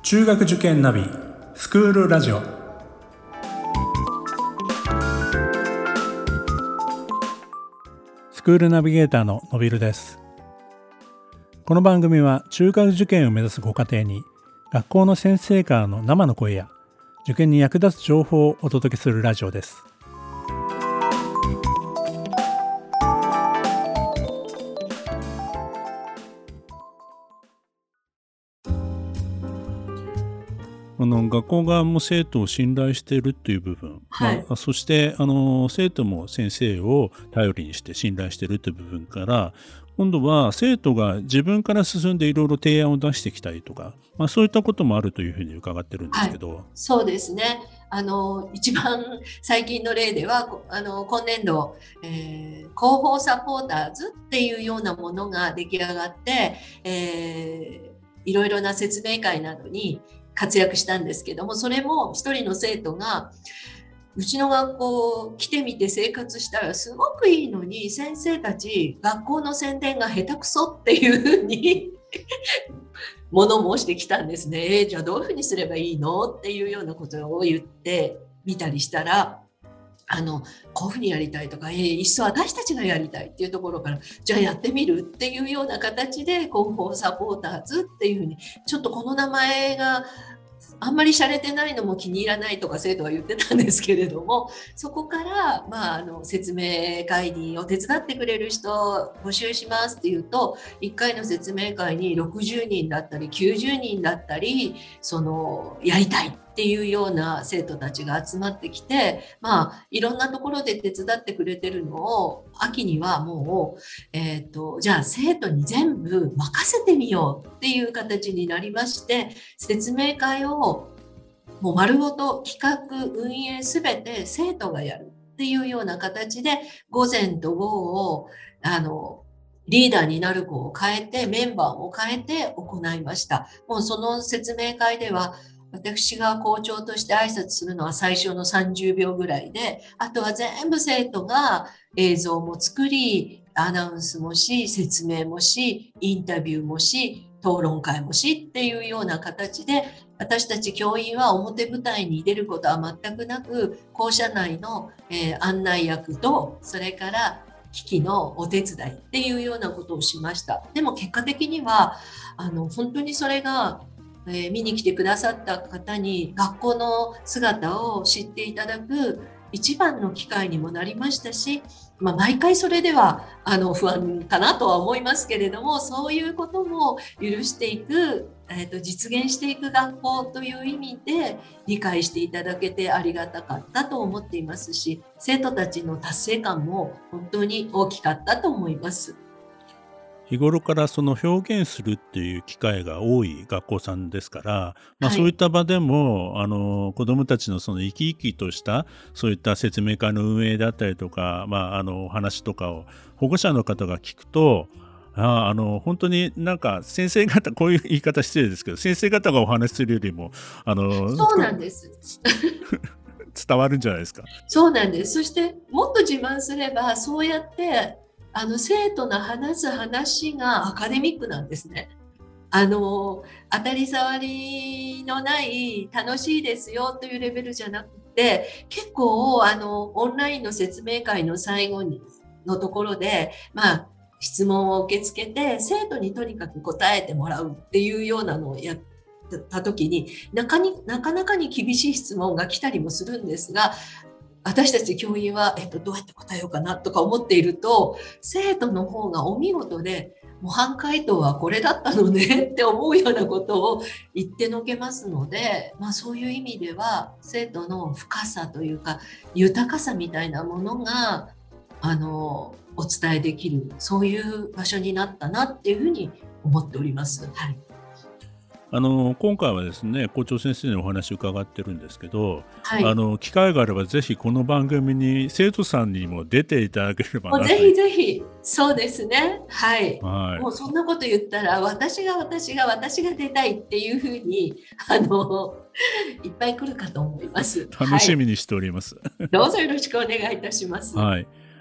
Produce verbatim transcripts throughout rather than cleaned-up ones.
中学受験ナビスクールラジオ。スクールナビゲーターののびるです。この番組は中学受験を目指すご家庭に学校の先生からの生の声や受験に役立つ情報をお届けするラジオです。あの学校側も生徒を信頼しているという部分、 はいまあ、そしてあの生徒も先生を頼りにして信頼しているという部分から、今度は生徒が自分から進んでいろいろ提案を出してきたりとか、まあ、そういったこともあるというふうに伺ってるんですけど、 はい、そうですね。あの一番最近の例ではあの今年度、えー、広報サポーターズっていうようなものが出来上がって、えー、いろいろな説明会などに活躍したんですけども、それも一人の生徒がうちの学校来てみて生活したらすごくいいのに、先生たち学校の宣伝が下手くそっていうふうに物申してきたんですね。えー、じゃあどういうふうにすればいいのっていうようなことを言ってみたりしたら、あのこういうふうにやりたいとか、えー、いっそ私たちがやりたいっていうところから、じゃあやってみるっていうような形で広報サポーターズっていうふうに、ちょっとこの名前があんまり洒落てないのも気に入らないとか生徒は言ってたんですけれども、そこから、まあ、あの説明会にお手伝ってくれる人を募集しますっていうと、いっかいの説明会にろくじゅうにんだったりきゅうじゅうにんだったり、そのやりたいっていうような生徒たちが集まってきて、まあ、いろんなところで手伝ってくれてるのを秋にはもう、えーと、じゃあ生徒に全部任せてみようっていう形になりまして、説明会をもう丸ごと企画運営すべて生徒がやるっていうような形で、午前と午後をあのリーダーになる子を変えてメンバーを変えて行いました。もうその説明会では私が校長として挨拶するのは最初のさんじゅうびょうぐらいで、あとは全部生徒が映像も作り、アナウンスもし、説明もし、インタビューもし、討論会もしっていうような形で、私たち教員は表舞台に出ることは全くなく、校舎内の、えー、案内役と、それから機器のお手伝いっていうようなことをしました。でも結果的にはあの本当にそれがえー、見に来てくださった方に学校の姿を知っていただく一番の機会にもなりましたし、まあ、毎回それではあの不安かなとは思いますけれども、そういうことも許していく、えーと、実現していく学校という意味で理解していただけてありがたかったと思っていますし、生徒たちの達成感も本当に大きかったと思います。 日頃からその表現するっていう機会が多い学校さんですから、まあ、そういった場でも、はい、あの子どもたちのその生き生きとしたそういった説明会の運営だったりとか、まあ、あのお話とかを保護者の方が聞くと、ああの本当になんか先生方、こういう言い方失礼ですけど、先生方がお話しするよりもあのそうなんです伝わるんじゃないですか。 そうなんです。そしてもっと自慢すれば、そうやってあの生徒の話す話がアカデミックなんですね。あの当たり障りのない楽しいですよというレベルじゃなくて、結構あのオンラインの説明会の最後にのところで、まあ、質問を受け付けて生徒にとにかく答えてもらうっていうようなのをやった時に、なかになかなかに厳しい質問が来たりもするんですが、私たち教員は、えっと、どうやって答えようかなとか思っていると、生徒の方がお見事で、模範解答はこれだったのねって思うようなことを言ってのけますので、まあ、そういう意味では生徒の深さというか豊かさみたいなものがあのお伝えできる、そういう場所になったなっていうふうに思っております。はい、 あの今回はですね、校長先生にお話を伺ってるんですけど、 はい、 あの機会があればぜひこの番組に生徒さんにも出ていただければなと。 ぜひぜひ、そうですね、はい、 はい、 もうそんなこと言ったら私が私が私が出たいっていうふうにあのいっぱい来るかと思います。 楽しみにしております。 はい、どうぞよろしくお願いいたします。 はい、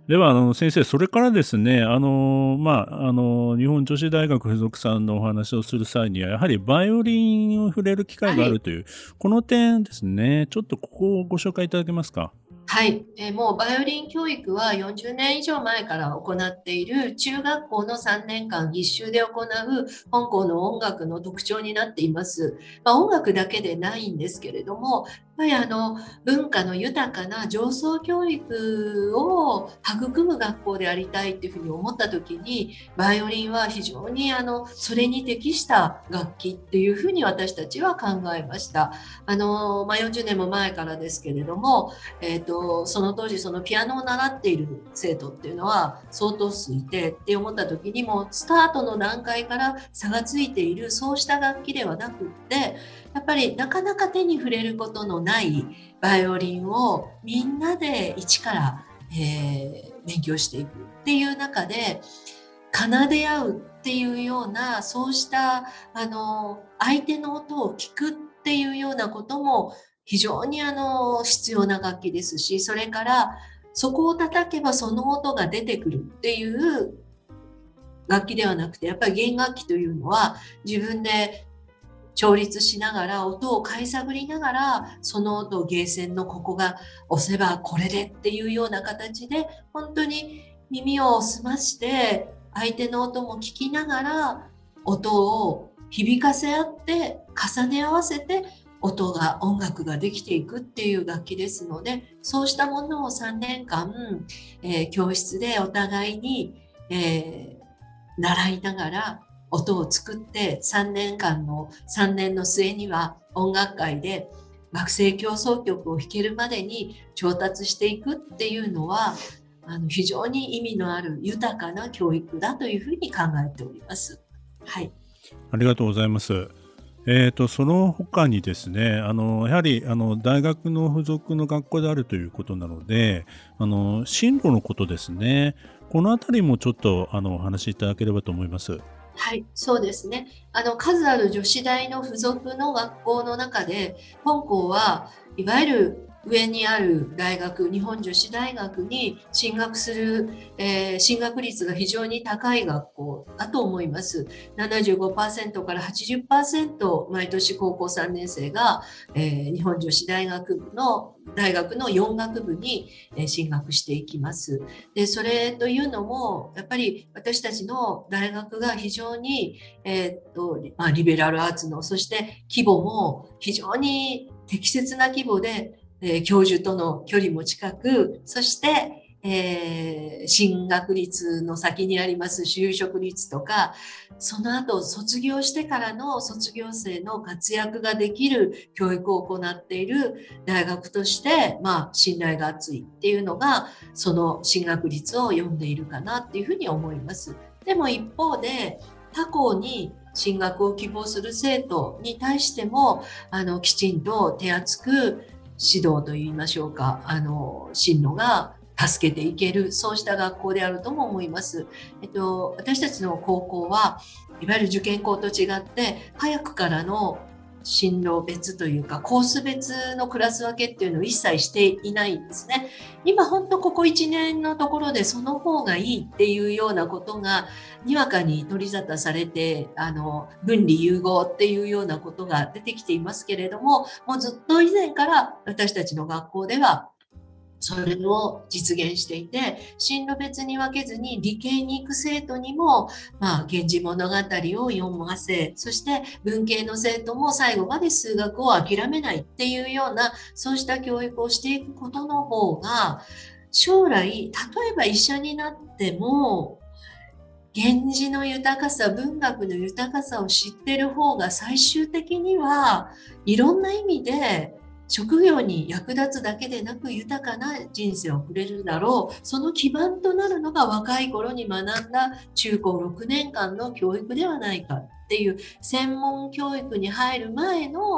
では、あの、先生、それからですね、あの、まあ、あの、日本女子大学附属さんのお話をする際には、やはりバイオリンを触れる機会がはい。 あるという、この点ですね、ちょっとここをご紹介いただけますか？ はい、えーもうバイオリン教育はよんじゅうねん以上前から行っている中学校のさんねんかん必修で行う本校の音楽の特徴になっています。まあ、音楽だけでないんですけれども、やっぱりあの文化の豊かな上層教育を育む学校でありたいっていうふうに思った時に、バイオリンは非常にあのそれに適した楽器っていうふうに私たちは考えました。あの、まあ、よんじゅうねんも前からですけれども、えーと、その当時そのピアノを習っている生徒っていうのは相当数いてって思った時にもスタートの段階から差がついているそうした楽器ではなくってやっぱりなかなか手に触れることのないバイオリンをみんなで一から、えー、勉強していくっていう中で奏で合うっていうようなそうしたあの相手の音を聞くっていうようなことも非常にあの必要な楽器ですし、それからそこを叩けばその音が出てくるっていう楽器ではなくて、やっぱり弦楽器というのは自分で調律しながら音を買い探りながらその音をゲーセンのここが押せばこれでっていうような形で本当に耳を澄まして相手の音も聞きながら音を響かせ合って重ね合わせて音が音楽ができていくっていう楽器ですので、そうしたものをさんねんかん、えー教室でお互いに、えー習いながら音を作ってさんねんかんのさんねんの末には音楽会で学生協奏曲を弾けるまでに調達していくっていうのはあの非常に意味のある豊かな教育だというふうに考えております。はい。 ありがとうございます。えーと、その他にですね、あの、やはり、あの、大学の付属の学校であるということなので、あの、進路のことですね。このあたりもちょっと、あの、お話しいただければと思います。 はい、そうですね。あの数ある女子大の付属の学校の中で、本校はいわゆる上にある大学、日本女子大学に進学する、えー進学率が非常に高い学校だと思います。ななじゅうごパーセントからはちじゅっパーセント毎年高校さんねん生が、えー日本女子大学部の大学のよん学部に、えー進学していきます。で、それというのも、やっぱり私たちの大学が非常に、えーっと、まあ、リベラルアーツの、そして規模も非常に適切な規模で、えー教授との距離も近く、そして、えー進学率の先にあります就職率とか、その後卒業してからの卒業生の活躍ができる教育を行っている大学として、まあ、信頼が厚いっていうのがその進学率を読んでいるかなっていうふうに思います。でも一方で他校に進学を希望する生徒に対してもあのきちんと手厚く指導といいましょうか、あの進路が助けていけるそうした学校であるとも思います。えっと、私たちの高校はいわゆる受験校と違って早くからの進路別というかコース別のクラス分けっていうのを一切していないんですね。今本当ここいちねんのところでその方がいいっていうようなことがにわかに取り沙汰されてあの分離融合っていうようなことが出てきていますけれども、もうずっと以前から私たちの学校ではそれを実現していて、進路別に分けずに理系に行く生徒にも、まあ、源氏物語を読ませ、そして文系の生徒も最後まで数学を諦めないっていうような、そうした教育をしていくことの方が、将来、例えば医者になっても、源氏の豊かさ、文学の豊かさを知ってる方が最終的にはいろんな意味で職業に役立つだけでなく豊かな人生を送れるだろう。その基盤となるのが若い頃に学んだ中高ろくねんかんの教育ではないかっていう専門教育に入る前の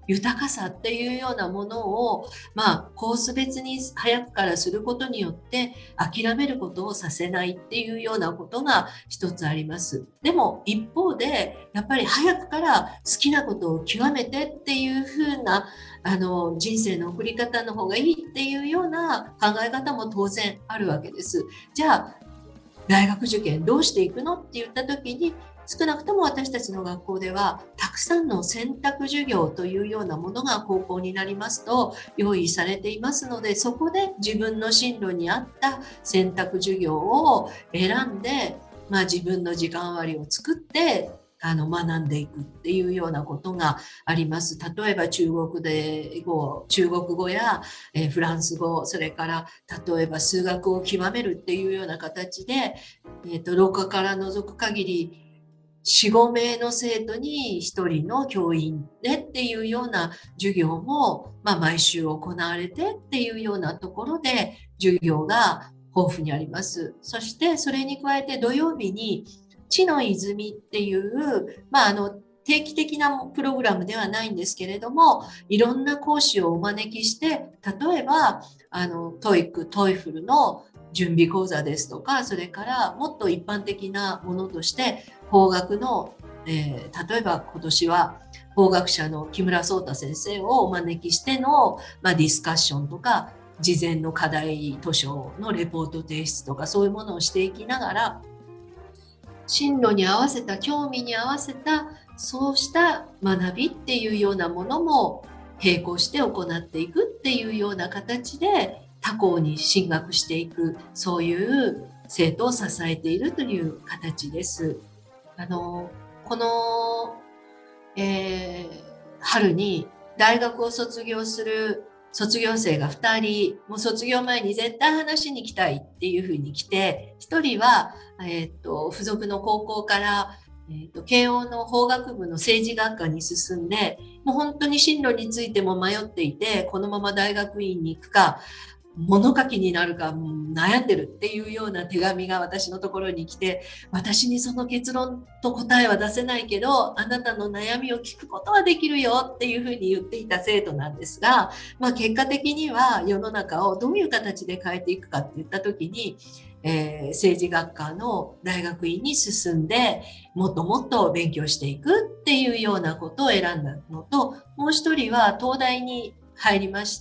豊かさっていうようなものを、まあ、コース別に早くからすることによって諦めることをさせないっていうようなことが一つあります。でも一方でやっぱり早くから好きなことを極めてっていう風なあの人生の送り方の方がいいっていうような考え方も当然あるわけです。じゃあ大学受験どうしていくのって言った時に、少なくとも私たちの学校ではたくさんの選択授業というようなものが高校になりますと用意されていますので、そこで自分の進路に合った選択授業を選んで、まあ、自分の時間割を作ってあの学んでいくっていうようなことがあります。例えば中国で語、中国語や、えーフランス語、それから例えば数学を極めるっていうような形で、えーと、廊下から覗く限りよん、ご名の生徒にひとりの教員でっていうような授業も、まあ、毎週行われてっていうようなところで授業が豊富にあります。そしてそれに加えて土曜日に知の泉っていう、まあ、あの定期的なプログラムではないんですけれども、いろんな講師をお招きして、例えばあの トーイック、トイフル の準備講座ですとか、それからもっと一般的なものとして法学の、えー、例えば今年は法学者の木村壮太先生をお招きしての、まあ、ディスカッションとか事前の課題図書のレポート提出とか、そういうものをしていきながら、進路に合わせた、興味に合わせたそうした学びっていうようなものも並行して行っていくっていうような形で他校に進学していく、そういう生徒を支えているという形です。あのこの、えー春に大学を卒業する卒業生がふたり、もう卒業前に絶対話しに来たいっていうふうに来て、ひとりは、えーと付属の高校から、えーと慶応の法学部の政治学科に進んで、もう本当に進路についても迷っていて、このまま大学院に行くか物書きになるか悩んでるっていうような手紙が私のところに来て、私にその結論と答えは出せないけど、あなたの悩みを聞くことはできるよっていうふうに言っていた生徒なんですが、まあ、結果的には世の中をどういう形で変えていくかって言った時に、えー政治学科の大学院に進んでもっともっと勉強していくっていうようなことを選んだのと、もう一人は東大に入りまして、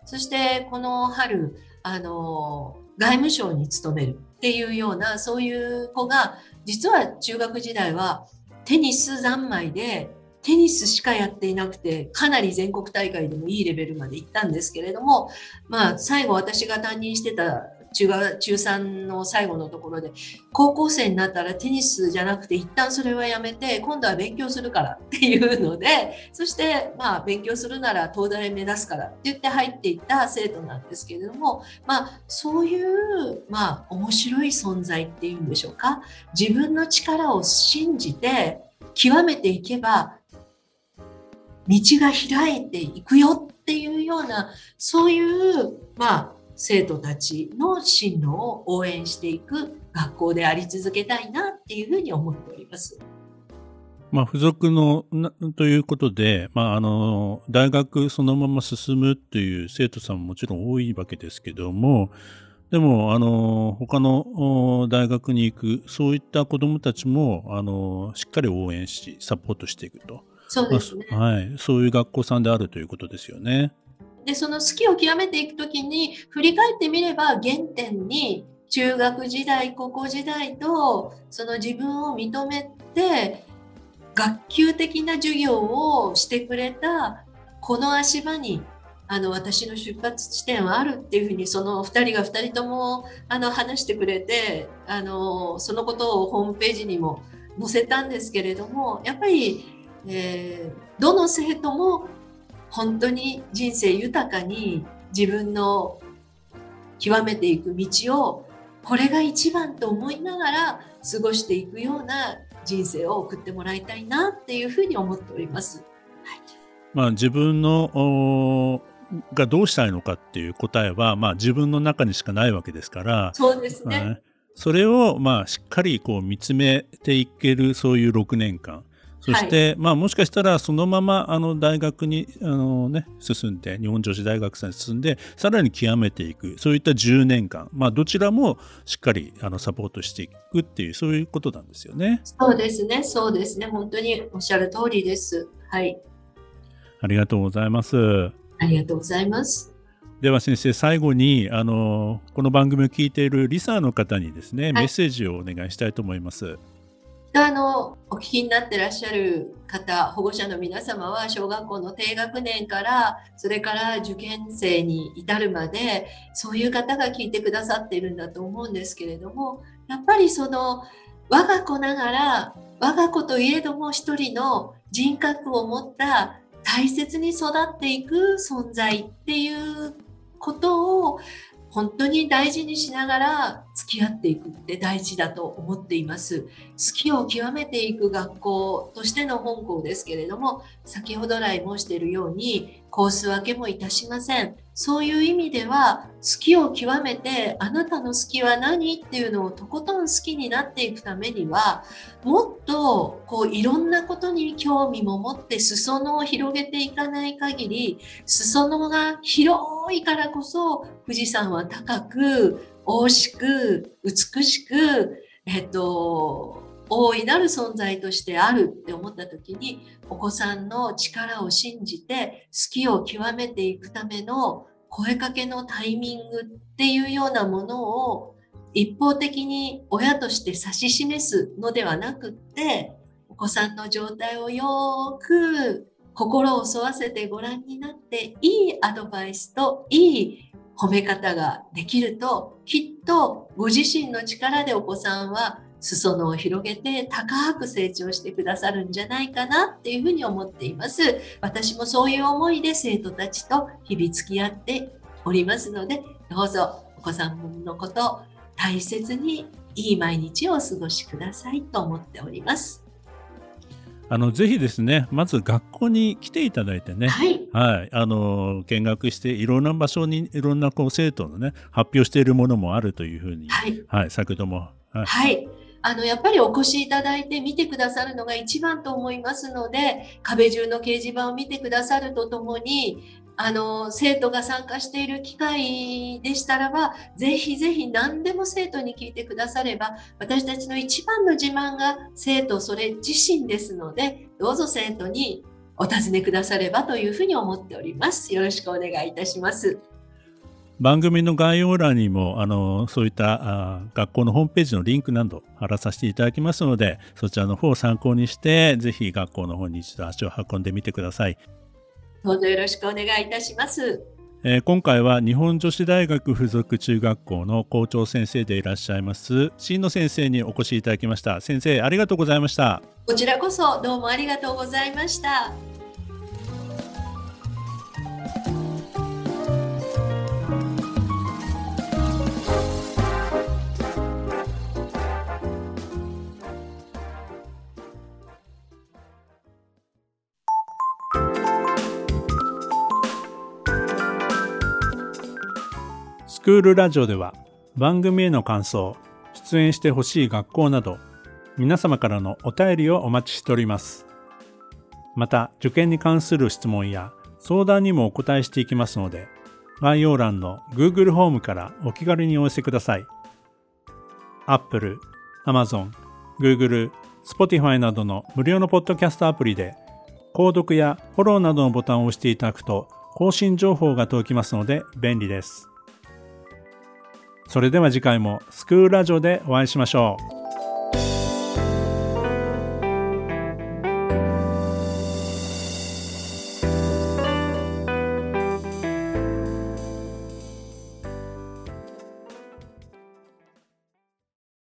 そしてこの春あの外務省に勤めるっていうような、そういう子が実は中学時代はテニス三昧でテニスしかやっていなくて、かなり全国大会でもいいレベルまで行ったんですけれども、まあ、最後私が担任してた中学中さんの最後のところで、高校生になったらテニスじゃなくて一旦それはやめて今度は勉強するからっていうので、そしてまあ勉強するなら東大目指すからって言って入っていった生徒なんですけれども、まあそういうまあ面白い存在っていうんでしょうか、自分の力を信じて極めていけば道が開いていくよっていうような、そういうまあ生徒たちの進路を応援していく学校であり続けたいなっていうふうに思っております。 まあ、付属のなということで、まあ、あの大学そのまま進むっていう生徒さんももちろん多いわけですけども、でもあの他のお大学に行くそういった子どもたちもあのしっかり応援しサポートしていくと、 そうですね。 まあはい、そういう学校さんであるということですよね。 でその好きを極めていくときに振り返ってみれば、原点に中学時代高校時代とその自分を認めて学級的な授業をしてくれたこの足場にあの私の出発地点はあるっていうふうに、そのふたりがふたりともあの話してくれて、あのそのことをホームページにも載せたんですけれども、やっぱり、えー、どの生徒も本当に人生豊かに自分の極めていく道をこれが一番と思いながら過ごしていくような人生を送ってもらいたいなっていうふうに思っております。はい、 まあ、自分のがどうしたいのかっていう答えは、まあ、自分の中にしかないわけですから、 そうですね。 それをまあしっかりこう見つめていけるそういうろくねんかんそして、はい、まあ、もしかしたらそのままあの大学にあの、ね、進んで、日本女子大学生に進んでさらに極めていく、そういったじゅうねんかん、まあ、どちらもしっかりあのサポートしていくっていう、そういうことなんですよね。 そうですね、そうですね、本当におっしゃる通りです。はい。 ありがとうございます。 ありがとうございます。 では先生、最後にあのこの番組を聞いているリサーの方にですね、はい、メッセージをお願いしたいと思います。 あのお聞きになってらっしゃる方、保護者の皆様は小学校の低学年からそれから受験生に至るまでそういう方が聞いてくださっているんだと思うんですけれども、やっぱりその我が子ながら我が子といえども一人の人格を持った大切に育っていく存在っていうことを本当に大事にしながら付き合っていくって大事だと思っています。好きを極めていく学校としての本校ですけれども、先ほど来申しているようにコース分けもいたしません。そういう意味では好きを極めて、あなたの好きは何っていうのをとことん好きになっていくためには、もっとこういろんなことに興味も持って裾野を広げていかない限り、裾野が広いからこそ富士山は高く大しく美しく、えっと、大いなる存在としてあるって思った時に、お子さんの力を信じて好きを極めていくための声かけのタイミングっていうようなものを一方的に親として指し示すのではなくって、お子さんの状態をよく心を沿わせてご覧になって、いいアドバイスといい褒め方ができると、きっとご自身の力でお子さんは裾野を広げて高く成長してくださるんじゃないかなっていうふうに思っています。私もそういう思いで生徒たちと日々付き合っておりますので、どうぞお子さんのこと大切にいい毎日をお過ごしくださいと思っております。 あのぜひですね、まず学校に来ていただいてね、 はい、 はい、あの見学していろんな場所にいろんなこう生徒のね発表しているものもあるというふうに、 はいはい、先ほども、 はい、はい、あのやっぱりお越しいただいて見てくださるのが一番と思いますので、壁中の掲示板を見てくださるとともに、あの生徒が参加している機会でしたらば、ぜひぜひ何でも生徒に聞いてくだされば、私たちの一番の自慢が生徒それ自身ですので、どうぞ生徒にお尋ねくださればというふうに思っております。よろしくお願いいたします。 番組の概要欄にもあのそういったあ学校のホームページのリンクなど貼らさせていただきますので、そちらの方を参考にしてぜひ学校の方に一度足を運んでみてください。 どうぞよろしくお願いいたします。 えー、今回は日本女子大学附属中学校の校長先生でいらっしゃいます新野先生にお越しいただきました。先生、ありがとうございました。 こちらこそどうもありがとうございました。 スクールラジオでは番組への感想、出演してほしい学校など皆様からのお便りをお待ちしております。また受験に関する質問や相談にもお答えしていきますので、概要欄の Google フォームからお気軽にお寄せください。Apple、Amazon、Google、Spotify などの無料のポッドキャストアプリで購読やフォローなどのボタンを押していただくと更新情報が届きますので便利です。それでは次回もスクールラジオでお会いしましょう。